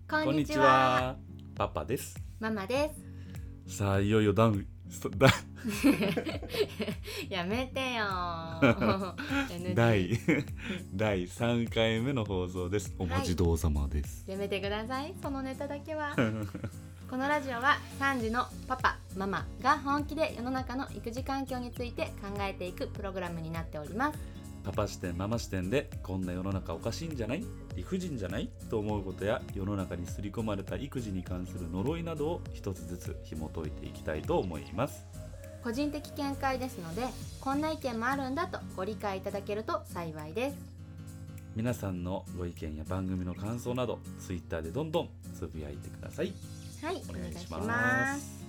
こんにちこんにちは。 は。パパです。 ママでさあいよいよす。やめてよ第3回目の放送です。お待ちどうさまです、 やめてください、そのネタだけはこのラジオは3児のパパママが本気で世の中の育児環境について考えていくプログラムになっております。 パパ視点ママ視点で、こんな世の中おかしいんじゃない、理不尽じゃないと思うことや、世の中に刷り込まれた育児に関する呪いなどを一つずつ紐解いていきたいと思います。 個人的見解ですので、こんな意見もあるんだとご理解いただけると幸いです。 皆さんのご意見や番組の感想など、ツイッターでどんどんつぶやいてください。 はい、 お願いしお願いしま。 ます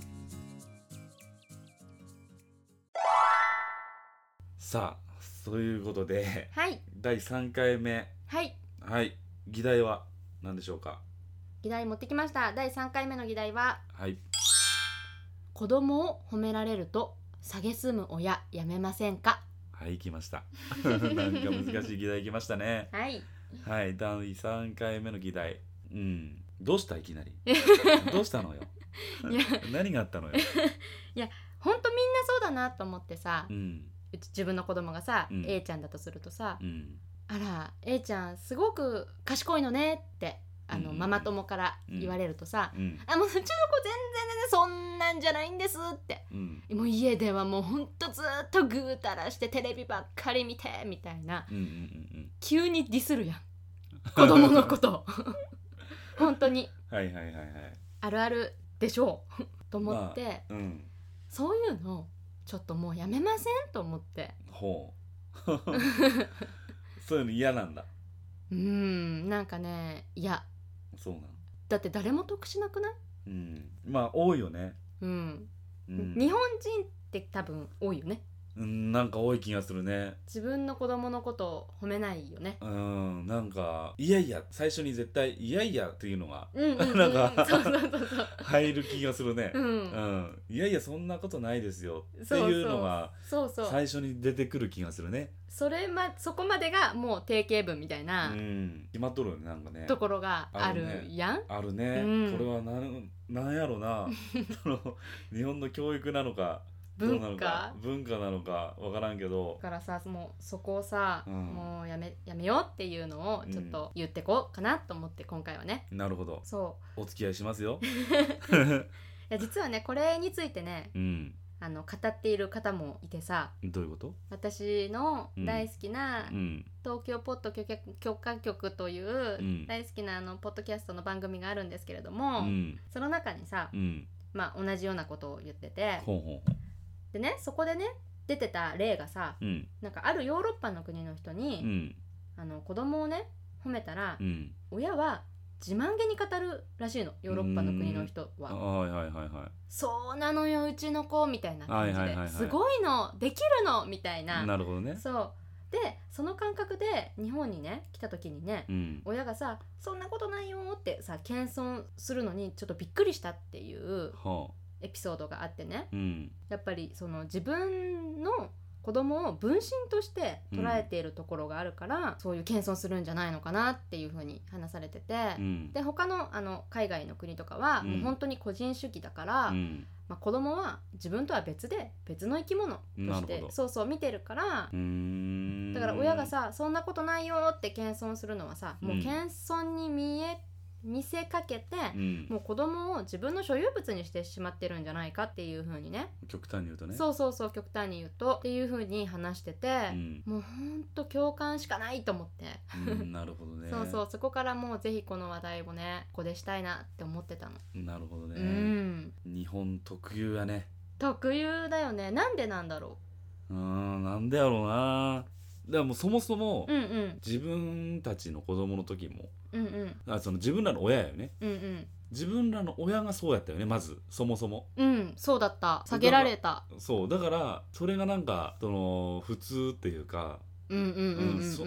さあそういうことで、 はい第3回目、 はいはい、議題は何でしょうか。 議題持ってきました。第3回目の議題は、 はい、 子供を褒められると蔑む親やめませんか。 はい、来ましたなんか難しい議題来ましたね。 はいはい、第3回目の議題、どうしたいきなりどうしたのよいや何があったのよ。 ほんとみんなそうだなと思ってさ、うち自分の子供がさ、A ちゃんだとするとさ、あら A ちゃんすごく賢いのねってママ友から言われるとさ、もううちの子全然そんなんじゃないんですって、もう家ではもうほんとずっとぐうたらしてテレビばっかり見てみたいな、急にディスるやん子供のこと本当にはいあるあるでしょうと思って、そういうのちょっともうやめませんと思って。 ほうそういうの嫌なんだ。 なんかね、いやそうなんだって誰も得しなくない？ まあ多いよね。 日本人って多分多いよね。 なんか多い気がするね。 自分の子供のことを褒めないよね。 なんかいやいや、最初に絶対いやいやっていうのがなんかそう入る気がするね。いやいやそんなことないですよっていうのが最初に出てくる気がするね。 そこまでがもう定型文みたいな、 決まっとるよね、なんかね、 ところがあるやん。 あるね、これはなんやろなその日本の教育なのか文化なのか分からんけど、 だからさ、もうそこをさ、もうやめようっていうのをちょっと言ってこうかなと思って、今回はね。 なるほど、 そうお付き合いしますよいや実はね、これについてね、語っている方もいてさ。 どういうこと？ 私の大好きな東京ポッド許可局という大好きなポッドキャストの番組があるんですけれども、その中にさ、まあ同じようなことを言ってて、でね、そこでね出てた例がさ、なんかあるヨーロッパの国の人に、子供をね褒めたら、親は自慢げに語るらしいの、ヨーロッパの国の人は。そうなのようちの子みたいな感じで、すごいのできるのみたいな。 なるほどね。 そうで、その感覚で日本にね来た時にね、親がさそんなことないよってさ謙遜するのにちょっとびっくりしたっていうエピソードがあってね、やっぱりその自分の子供を分身として捉えているところがあるから、そういう謙遜するんじゃないのかなっていう風に話されてて、で他の海外の国とかはもう本当に個人主義だから、子供は自分とは別で別の生き物としてそう見てるから、だから親がさそんなことないよって謙遜するのはさ、もう謙遜に見せかけて、もう子供を自分の所有物にしてしまってるんじゃないかっていう風にね、 極端に言うとね。 そう極端に言うとっていう風に話してて、もうほんと共感しかないと思って、 なるほどね。 そこからもうぜひこの話題をねここでしたいなって思ってたの。 なるほどね。日本特有やね。 特有だよね。なんでなんだろう。 なんでやろうな。だからもうそもそも、自分たちの子供の時も、その自分らの親やよね、自分らの親がそうやったよね、まずそもそも。そうだった。下げられた。そうだからそれがなんかその普通っていうか、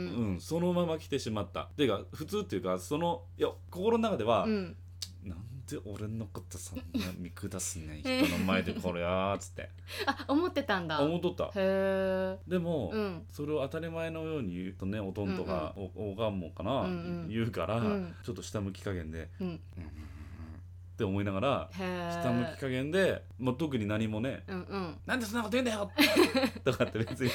そのまま来てしまったっていうか、普通っていうか、いや心の中では、なんで俺のことそんな見下すね人の前でこれやーっつってあ、思ってたんだ。 思っとった。 へでも、それを当たり前のように言うとね、おとんとか、おがんもかな、言うから、ちょっと下向き加減で、って思いながら下向き加減で、もう特に何もね、なんでそんなこと言うんだよとかって別に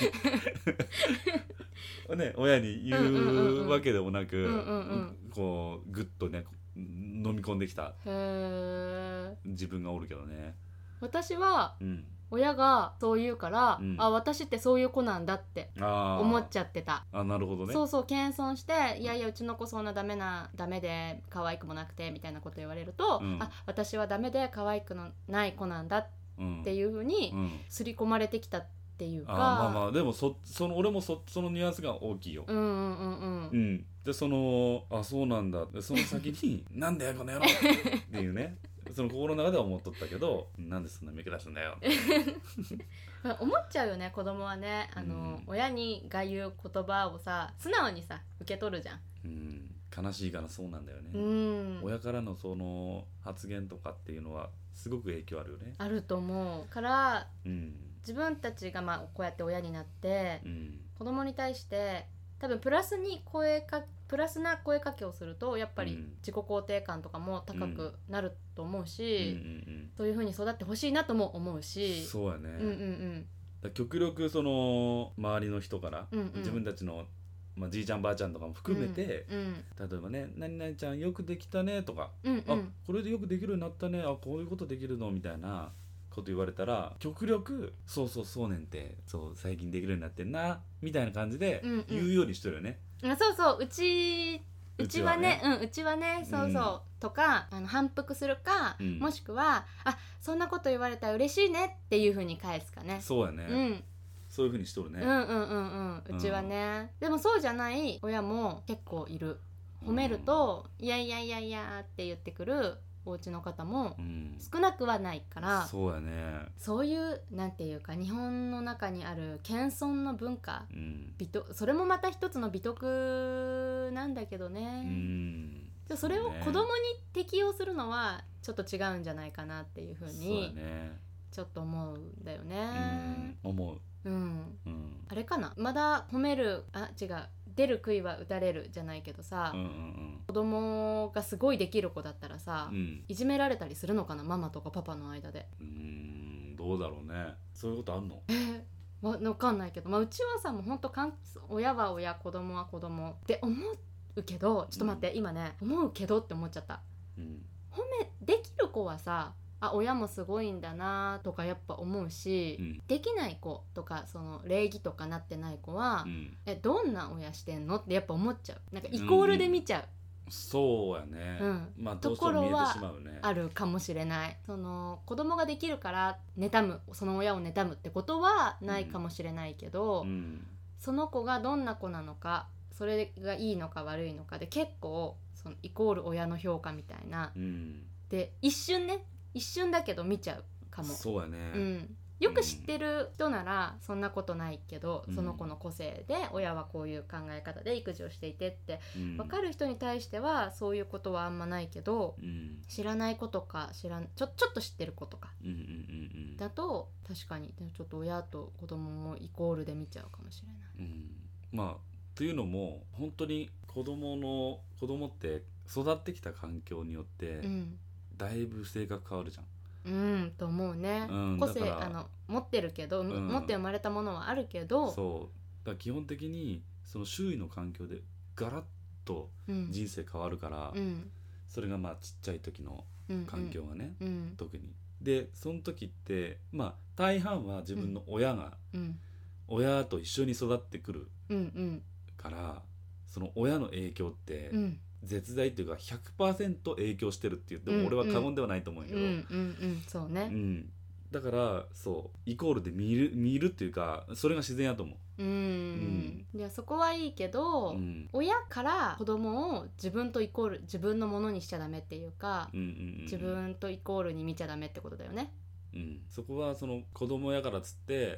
ね、親に言うわけでもなく、こうグッとね飲み込んできた自分がおるけどね。 私は、親がそう言うから、あ、私ってそういう子なんだって思っちゃってた。 あ、なるほどね。 そうそう、謙遜して、いやいやうちの子そんなダメで可愛くもなくてみたいなこと言われると、あ、私はダメで可愛くのない子なんだっていう風に刷り込まれてきたっていうか、 まあまあでもその俺もそのニュアンスが大きいよ。であ、そうなんだ。でその先になんだよこの野郎っていうね、その心の中では思っとったけど、なんでそんな見下すんだよ思っちゃうよね、子供はね。親が言う言葉をさ、素直にさ受け取るじゃん。 悲しいからそうなんだよね。親からのその発言とかっていうのはすごく影響あるよね。 あると思うから、自分たちがこうやって親になって、子供に対して多分プラスな声かけをすると、やっぱり自己肯定感とかも高くなると思うし、そういう風に育ってほしいなとも思うし。 そうやね。極力その周りの人から、自分たちの、じいちゃんばあちゃんとかも含めて、例えばね、何々ちゃんよくできたねとか、あ、これでよくできるようになったね、あ、こういうことできるのみたいなこと言われたら、極力そうねんって、そう最近できるようになってんなみたいな感じで言うようにしてるよね。 そうそう、うちはね、そうそう、とか反復するか、もしくはあ、そんなこと言われたら嬉しいねっていう風に返すかね。 そうやね、そういう風にしとるね。 うちはね。でもそうじゃない親も結構いる。褒めると、いやいやいやいやって言ってくるお家の方も少なくはないから、 そうやね。 そういうなんていうか、日本の中にある謙遜の文化、それもまた一つの美徳なんだけどね。それを子供に適用するのはちょっと違うんじゃないかなっていうふうにちょっと思うんだよね。 思う。 あれかな、まだ褒める、違う、出る杭は打たれるじゃないけどさ、子供がすごいできる子だったらさ、いじめられたりするのかな、ママとかパパの間で。 どうだろうね。そういうことあんの？ わかんないけど、うちはさ、もうほんと親は親、子供は子供って思うけど、ちょっと待って、今ね、思うけどって思っちゃった。できる子はさ、親もすごいんだなとかやっぱ思うし、できない子とか、その礼儀とかなってない子は、どんな親してんのってやっぱ思っちゃう。なんかイコールで見ちゃう。 そうやね。どうしても見えてしまうね。 あるかもしれない。その子供ができるからその親を妬むってことはないかもしれないけど、その子がどんな子なのか、それがいいのか悪いのかで結構そのイコール親の評価みたいな、で一瞬だけど見ちゃうかも。 そうやね。 よく知ってる人ならそんなことないけど、その子の個性で親はこういう考え方で育児をしていてって分かる人に対してはそういうことはあんまないけど、知らない子とかちょっと知ってる子とかだと、確かにちょっと親と子供もイコールで見ちゃうかもしれない。 というのも本当に子供って育ってきた環境によって、だいぶ性格変わるじゃん。 と思うね。個性持ってるけど、持って生まれたものはあるけど、 そうだから基本的にその周囲の環境でガラッと人生変わるから、それがちっちゃい時の環境がね、特にでその時って大半は自分の親親と一緒に育ってくるから、その親の影響って、絶大というか 100% 影響してるって言っても俺は過言ではないと思うんやけど、 そうね、 だからそうイコールで見るっていうか、それが自然やと思う。 いやそこはいいけど、親から子供を自分とイコール、自分のものにしちゃダメっていうか、自分とイコールに見ちゃダメってことだよね。 そこはその子供やからっつって、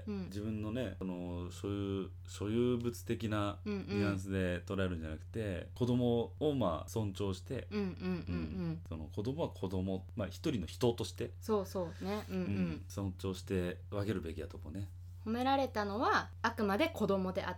自分のねその所有物的なニュアンスで捉えるんじゃなくて、子供をまあ尊重して、その子供は子供、まあ一人の人としてそうね、 尊重して分けるべきだと思うね。 褒められたのはあくまで子供であって、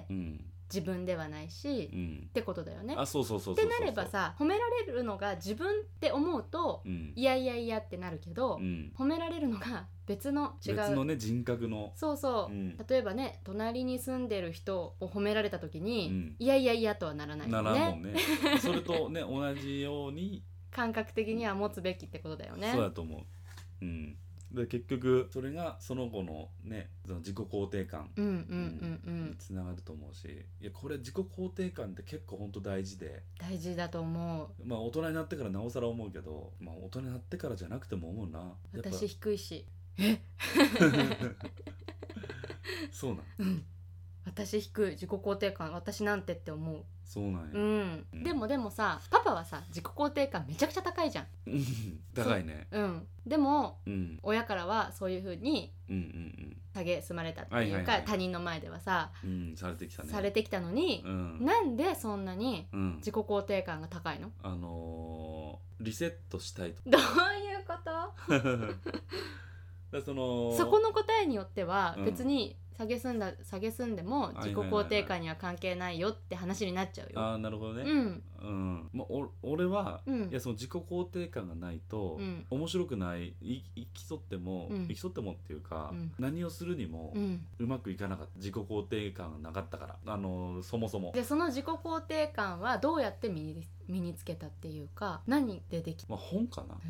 自分ではないし、ってことだよね。 そうってなればさ、褒められるのが自分って思うと、いやいやいやってなるけど、褒められるのが別のね人格の例えばね、隣に住んでる人を褒められた時に、いやいやいやとはならないよね。 ならんもんね。それとね同じように感覚的には持つべきってことだよね。 そうだと思う。で結局それがその子のねその自己肯定感につながると思うし、いやこれ自己肯定感って結構本当大事だと思う。 まあ大人になってからなおさら思うけど、まあ大人になってからじゃなくても思うな。 私低いしそうなん、 私低い自己肯定感、私なんてって思う。 そうなんや、 でもさ、パパはさ自己肯定感めちゃくちゃ高いじゃん高いね。 でも、親からはそういう風に蔑まれたっていうか、他人の前ではさ、 されてきたね。 されてきたのに、なんでそんなに自己肯定感が高いの？ リセットしたいと。 どういうこと？そこの答えによっては別に蔑んでも自己肯定感には関係ないよって話になっちゃうよ。 なるほどね。まあ、俺は、いやその自己肯定感がないと、面白くない、生きとってもっていうか、何をするにもうまくいかなかった。自己肯定感がなかったから、そもそも。 でその自己肯定感はどうやって身につけたっていうか、何でできた？ まあ本かな。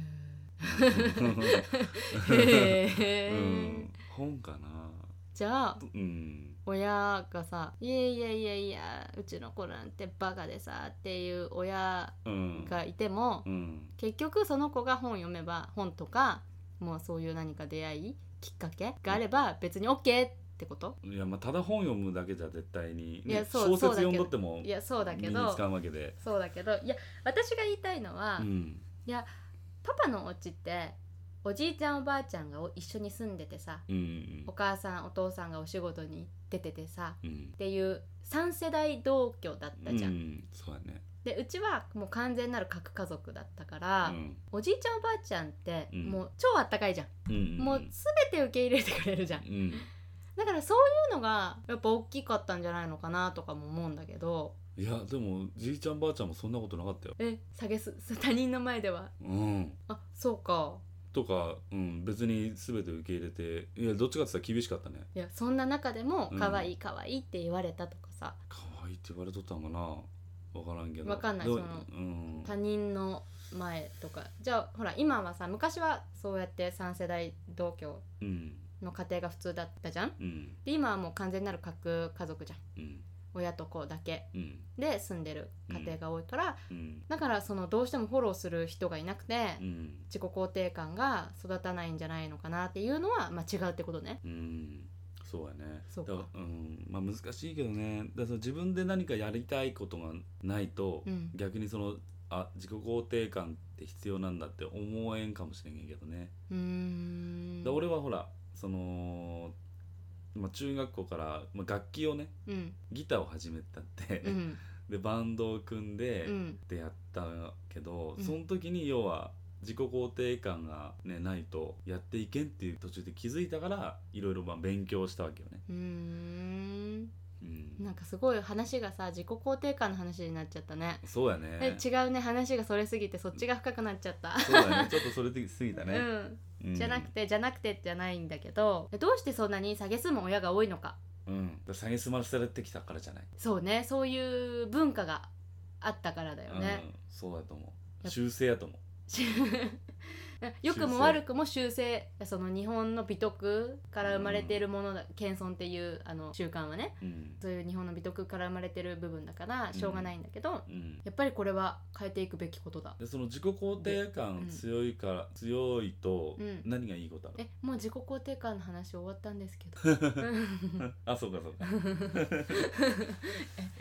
本かな。 じゃあ、親がさ「いやうちの子なんてバカでさ」っていう親がいても、結局その子が本読めば、本とかもうそういう何か出会いきっかけがあれば別に OK ってこと？ いやまあただ本読むだけじゃ絶対に、小説読んどっても身につかんわけで。 そうだけど、いや私が言いたいのは、いやパパのお家っておじいちゃんおばあちゃんが一緒に住んでてさ、お母さんお父さんがお仕事に出ててさ、っていう3世代同居だったじゃん。 そうだね。 でうちはもう完全なる核家族だったから、おじいちゃんおばあちゃんってもう超あったかいじゃん、もう全て受け入れてくれるじゃん、だからそういうのがやっぱ大きかったんじゃないのかなとかも思うんだけど。 いやでもじいちゃんばあちゃんもそんなことなかったよ。 他人の前では。あ、そうかとか、別に全て受け入れて、いやどっちかって言ったら厳しかったね。 いやそんな中でも可愛い可愛いって言われたとかさ。 可愛いって言われとったんかな、分からんけど。 分かんない。その、他人の前とか。じゃあほら今はさ、昔はそうやって3世代同居の家庭が普通だったじゃん、で今はもう完全なる核家族じゃん、親と子だけで住んでる家庭が多いから、だからそのどうしてもフォローする人がいなくて、自己肯定感が育たないんじゃないのかなっていうのは、まあ、違うってことね。 そうやね。 そうか。 まあ難しいけどね。だから自分で何かやりたいことがないと、逆にその自己肯定感って必要なんだって思えんかもしれんけどね。俺はほらその中学校から、楽器をね、ギターを始めたって、でバンドを組んで、ってやったけど、その時に要は自己肯定感が、ないとやっていけんっていう途中で気づいたから、いろいろ勉強したわけよね。 なんかすごい話がさ、自己肯定感の話になっちゃったね。 そうやね。 違うね、話がそれすぎてそっちが深くなっちゃった。 そうだね、ちょっとそれすぎたね。 じゃなくてじゃないんだけど、どうしてそんなに蔑む親が多いのか。 蔑まされてきたからじゃない。 そうね、そういう文化があったからだよね。 そうだと思う。習性やと思う。 良くも悪くも習性、その日本の美徳から生まれているものだ、謙遜っていう習慣はね、そういう日本の美徳から生まれてる部分だからしょうがないんだけど、やっぱりこれは変えていくべきことだ。 でその自己肯定感強いと何がいいことある？ もう自己肯定感の話終わったんですけど。 あ、そうかそうか。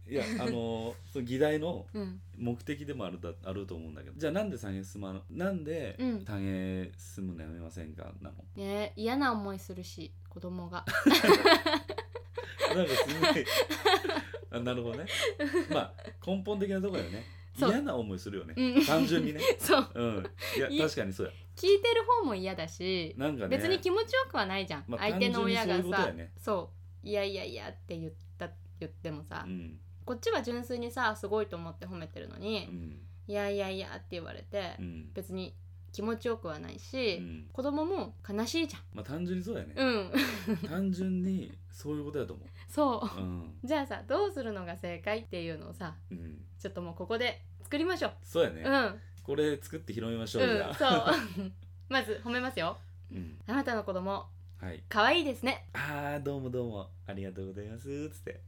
いやその議題の目的でもあると思うんだけど、じゃあなんで単住まのなんで単住むのやめませんかなの。 嫌な思いするし子供がなんかすごいなるほどね。まあ根本的なところよね。嫌な思いするよね、単純にね。 そう、 いや確かにそうや。 聞いてる方も嫌だし、なんか、ね、別に気持ちよくはないじゃん、相手の親がさ、そういやって言ってもさ、こっちは純粋にさすごいと思って褒めてるのに、いやって言われて、別に気持ちよくはないし、子供も悲しいじゃん。 単純にそうやね。単純にそういうことだと思う。 そう、じゃあさどうするのが正解っていうのをさ、ちょっともうここで作りましょう。 そうやね、これ作って広めましょう。じゃあそうまず褒めますよ、あなたの子供可愛いですね。 どうもありがとうございますつって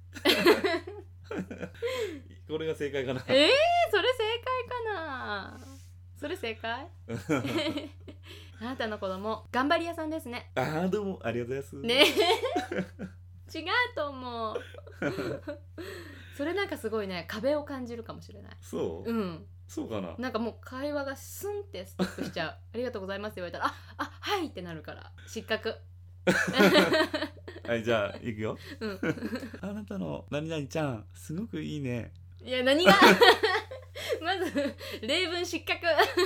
これが正解かな。 それ正解かな。それ正解あなたの子供頑張り屋さんですね。 どうもありがとうございますね違うと思うそれなんかすごいね壁を感じるかもしれない。 そう、そうかな。 なんかもう会話がスンってストップしちゃうありがとうございますって言われたらはいってなるから失格はい、じゃあいくよ、あなたの何々ちゃんすごくいいね。 いや何がまず例文失格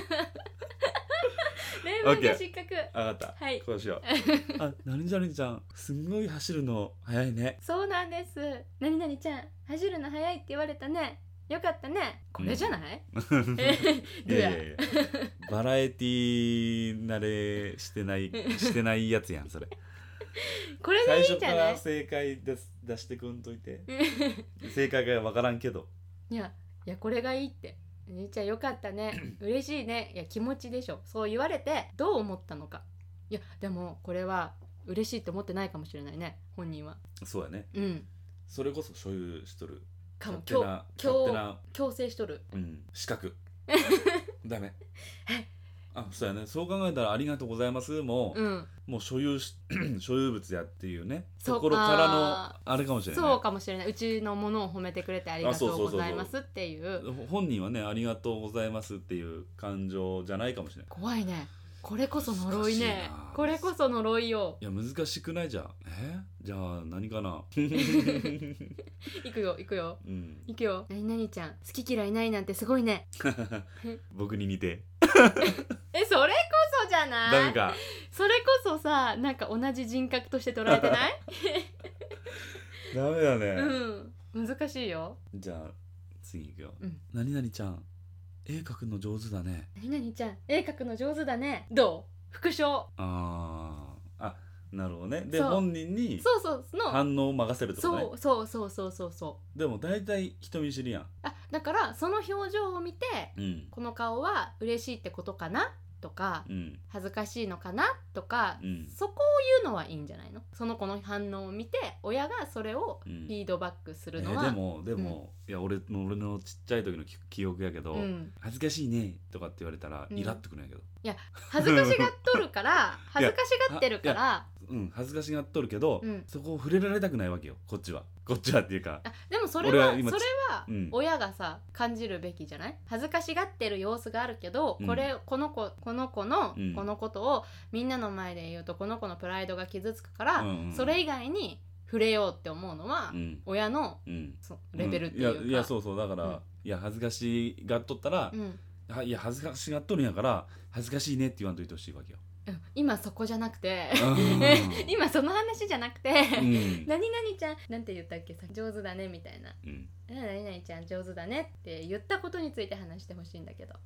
例文が失格。 分かった、 はい、 こうしよう何々ちゃんすんごい走るの早いね。 そうなんです、何々ちゃん走るの早いって言われたね、よかったね。これじゃない、 いやバラエティ慣れしてないやつやんそれこれでいいんじゃない。 最初から正解出してくんといて正解が分からんけど、 いやこれがいいって、兄ちゃんよかったね嬉しいね、いや気持ちでしょ。そう言われてどう思ったのか。いやでもこれは嬉しいって思ってないかもしれないね本人は。 そうやね、それこそ所有しとるかも、強制しとる、 資格ダメそうやね。そう考えたらありがとうございますも、もう所有物やっていうねところからのあれかもしれない。 そうかもしれない。うちのものを褒めてくれてありがとうございますっていう。 本人はねありがとうございますっていう感情じゃないかもしれない。 怖いね。これこそ呪いね。これこそ呪いよ。 いや難しくないじゃん。じゃあ何かないくよ、いくよ。何々ちゃん好き嫌いないなんてすごいね僕に似てそれこそじゃない。 ダメか。 それこそさ、なんか同じ人格として捉えてないダメだね。 難しいよ。 じゃあ次いくよ。何々ちゃん絵描くの上手だね。 何々ちゃん絵描くの上手だね。どう？副賞。 なるほどね。で本人に反応を任せるとかね。 そうでも大体人見知りやん。 だからその表情を見て、この顔は嬉しいってことかなとか、恥ずかしいのかなとか、そこを言うのはいいんじゃないの。その子の反応を見て親がそれをフィードバックするのは、 でも、いや俺のちっちゃい時の記憶やけど、恥ずかしいねとかって言われたらイラっとくるんやけど、 いや恥ずかしがっとるから恥ずかしがってるから恥ずかしがっとるけど、そこを触れられたくないわけよこっちはっていうか。 でもそれは親がさ感じるべきじゃない。恥ずかしがってる様子があるけど、この子のこのことをみんなの前で言うとこの子のプライドが傷つくから、それ以外に触れようって思うのは、親の、レベルっていうか、 いやそうだから、いや恥ずかしがっとったら、いや恥ずかしがっとるんやから恥ずかしいねって言わんといてほしいわけよ。 今そこじゃなくて今その話じゃなくて何々ちゃんなんて言ったっけさ、上手だねみたいな、何々ちゃん上手だねって言ったことについて話してほしいんだけど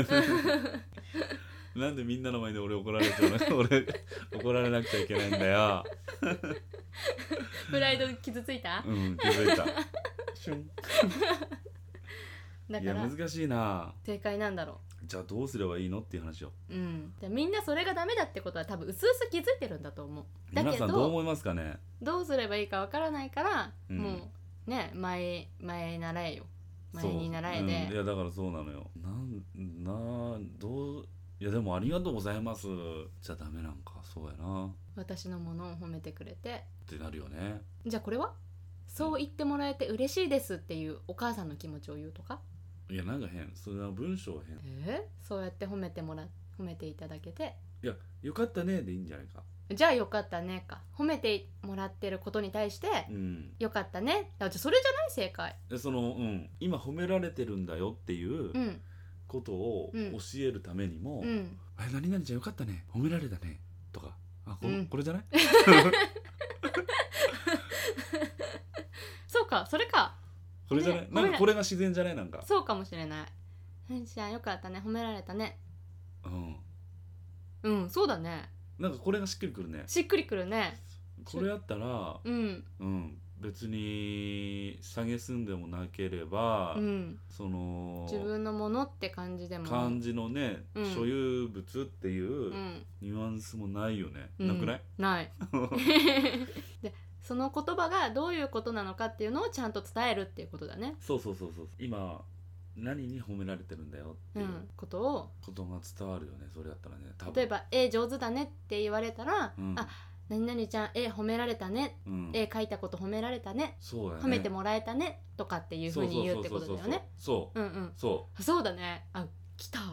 なんでみんなの前で俺怒られちゃうの俺怒られなくちゃいけないんだよプライド傷ついた？ 気づいたシュンだからいや難しいな。 正解なんだろう。じゃあどうすればいいのっていう話を。 みんなそれがダメだってことは多分うすうす気づいてるんだと思う。だけど皆さんどう思いますかね。 どうすればいいかわからないから、もうね前習えよ。前に習えで、 いやだからそうなのよ。いやでもありがとうございますじゃダメなんか。そうやな。 私のものを褒めてくれてってなるよね。 じゃあこれはそう言ってもらえて嬉しいですっていうお母さんの気持ちを言うとか。 いやなんか変、それは文章変。 そうやって褒めていただけて、 いやよかったねでいいんじゃないか。 じゃあよかったねか。褒めてもらってることに対して、よかったね。だってそれじゃない正解。 今褒められてるんだよっていうことを教えるためにも、何々ちゃんよかったね、褒められたねとか、これじゃない？ そうか、それか。 これじゃない？なんかこれが自然じゃない？なんかそうかもしれない。じゃあよかったね、褒められたね。そうだね。 なんかこれがしっくりくるね。 しっくりくるね。 これやったら別に蔑んでもなければ、その自分のものって感じでも感じのね、所有物っていうニュアンスもないよね。なくない？ ないでその言葉がどういうことなのかっていうのをちゃんと伝えるっていうことだね。 そう今何に褒められてるんだよっていうことが伝わるよね。それだったらね、多分例えば上手だねって言われたら、何々ちゃん褒められたね、書いたこと褒められたね、 そうだね、 褒めてもらえたねとかっていう風に言うってことだよね。そうだね。来た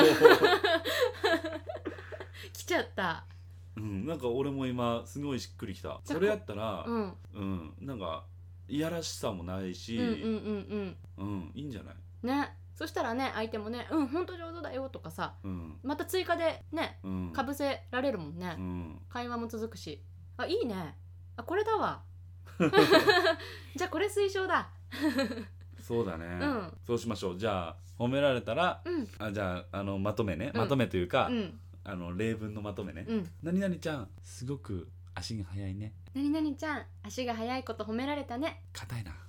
来ちゃった。 なんか俺も今すごいしっくりきた。それやったらなんかいやらしさもないし、いいんじゃないね。そしたらね、相手もね、ほんと上手だよとかさ、また追加でね、かぶせられるもんね。会話も続くし、いいね、これだわじゃあこれ推奨だそうだね、そうしましょう。じゃあ褒められたら、じゃあまとめね、まとめというか、例文のまとめね。何々ちゃんすごく足が速いね。 何々ちゃん足が速いこと褒められたね。 硬いな。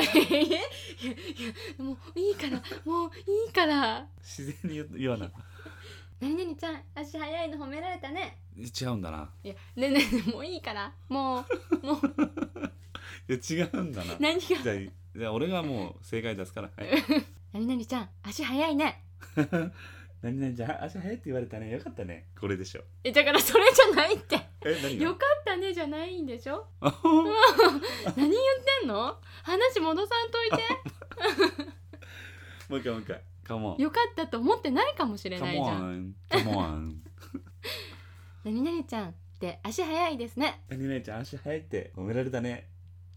もういいから自然に言わな何々ちゃん足速いの褒められたね。 違うんだな。 いやねもういいからもういや違うんだな。 何がじゃあ俺がもう正解出すから、 何々ちゃん足速いね何々ちゃん足速いって言われたね、よかったね、これでしょ。 だからそれじゃないって。 何がよかったねじゃないんでしょ何言ってんの、話戻さんといてもう一回カモン。 よかったと思ってないかもしれないじゃん。 カモン何々ちゃんって足速いですね。 何々ちゃん足速いって褒められたね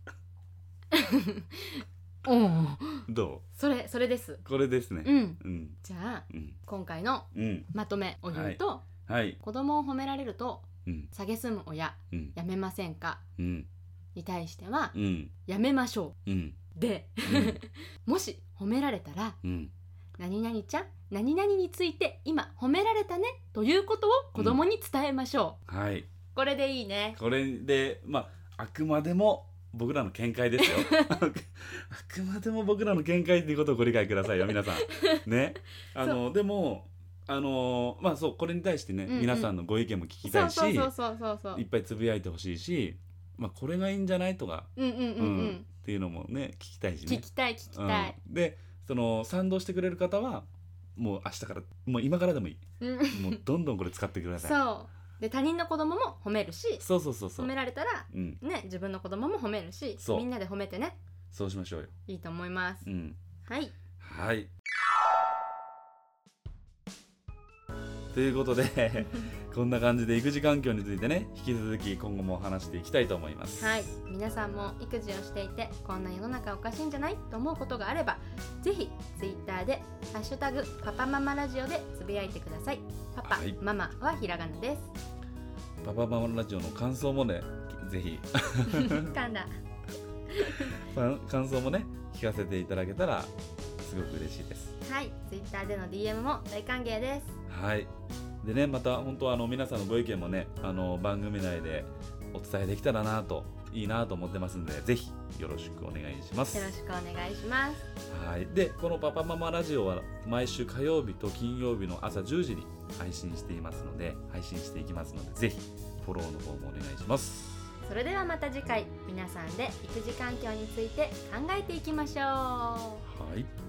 どう？それです。 これですね。 じゃあ、今回のまとめを言うと、子供を褒められると蔑む親、やめませんか、に対しては、やめましょう、で、もし褒められたら、何々ちゃん何々について今褒められたねということを子供に伝えましょう。これでいいね。 これであくまでも僕らの見解ですよあくまでも僕らの見解ということをご理解くださいよ皆さんね。でもそうこれに対してね、皆さんのご意見も聞きたいし、いっぱいつぶやいてほしいし、これがいいんじゃないとかっていうのもね聞きたいしね。 聞きたい、 で賛同してくれる方はもう明日からもう今からでもいいもうどんどんこれ使ってください。 そうで、他人の子供も褒めるし、 褒められたら、ね、自分の子供も褒めるし、みんなで褒めてね。 そうしましょうよ。 いいと思います。はい。 ということでこんな感じで育児環境についてね、引き続き今後も話していきたいと思います。 皆さんも育児をしていてこんな世の中おかしいんじゃないと思うことがあれば、ぜひツイッターでハッシュタグパパママラジオでつぶやいてください。パパ、ママはひらがなです。 パパママラジオの感想もね、ぜひ噛んだ感想もね聞かせていただけたらすごく嬉しいです。 ツイッターでの DM も大歓迎です。 でね、また本当皆さんのご意見もね番組内でお伝えできたらなといいなと思ってますので、ぜひよろしくお願いします。 よろしくお願いします。 でこのパパママラジオは毎週火曜日と金曜日の朝10時に配信していますので、ぜひフォローの方もお願いします。 それではまた次回、皆さんで育児環境について考えていきましょう。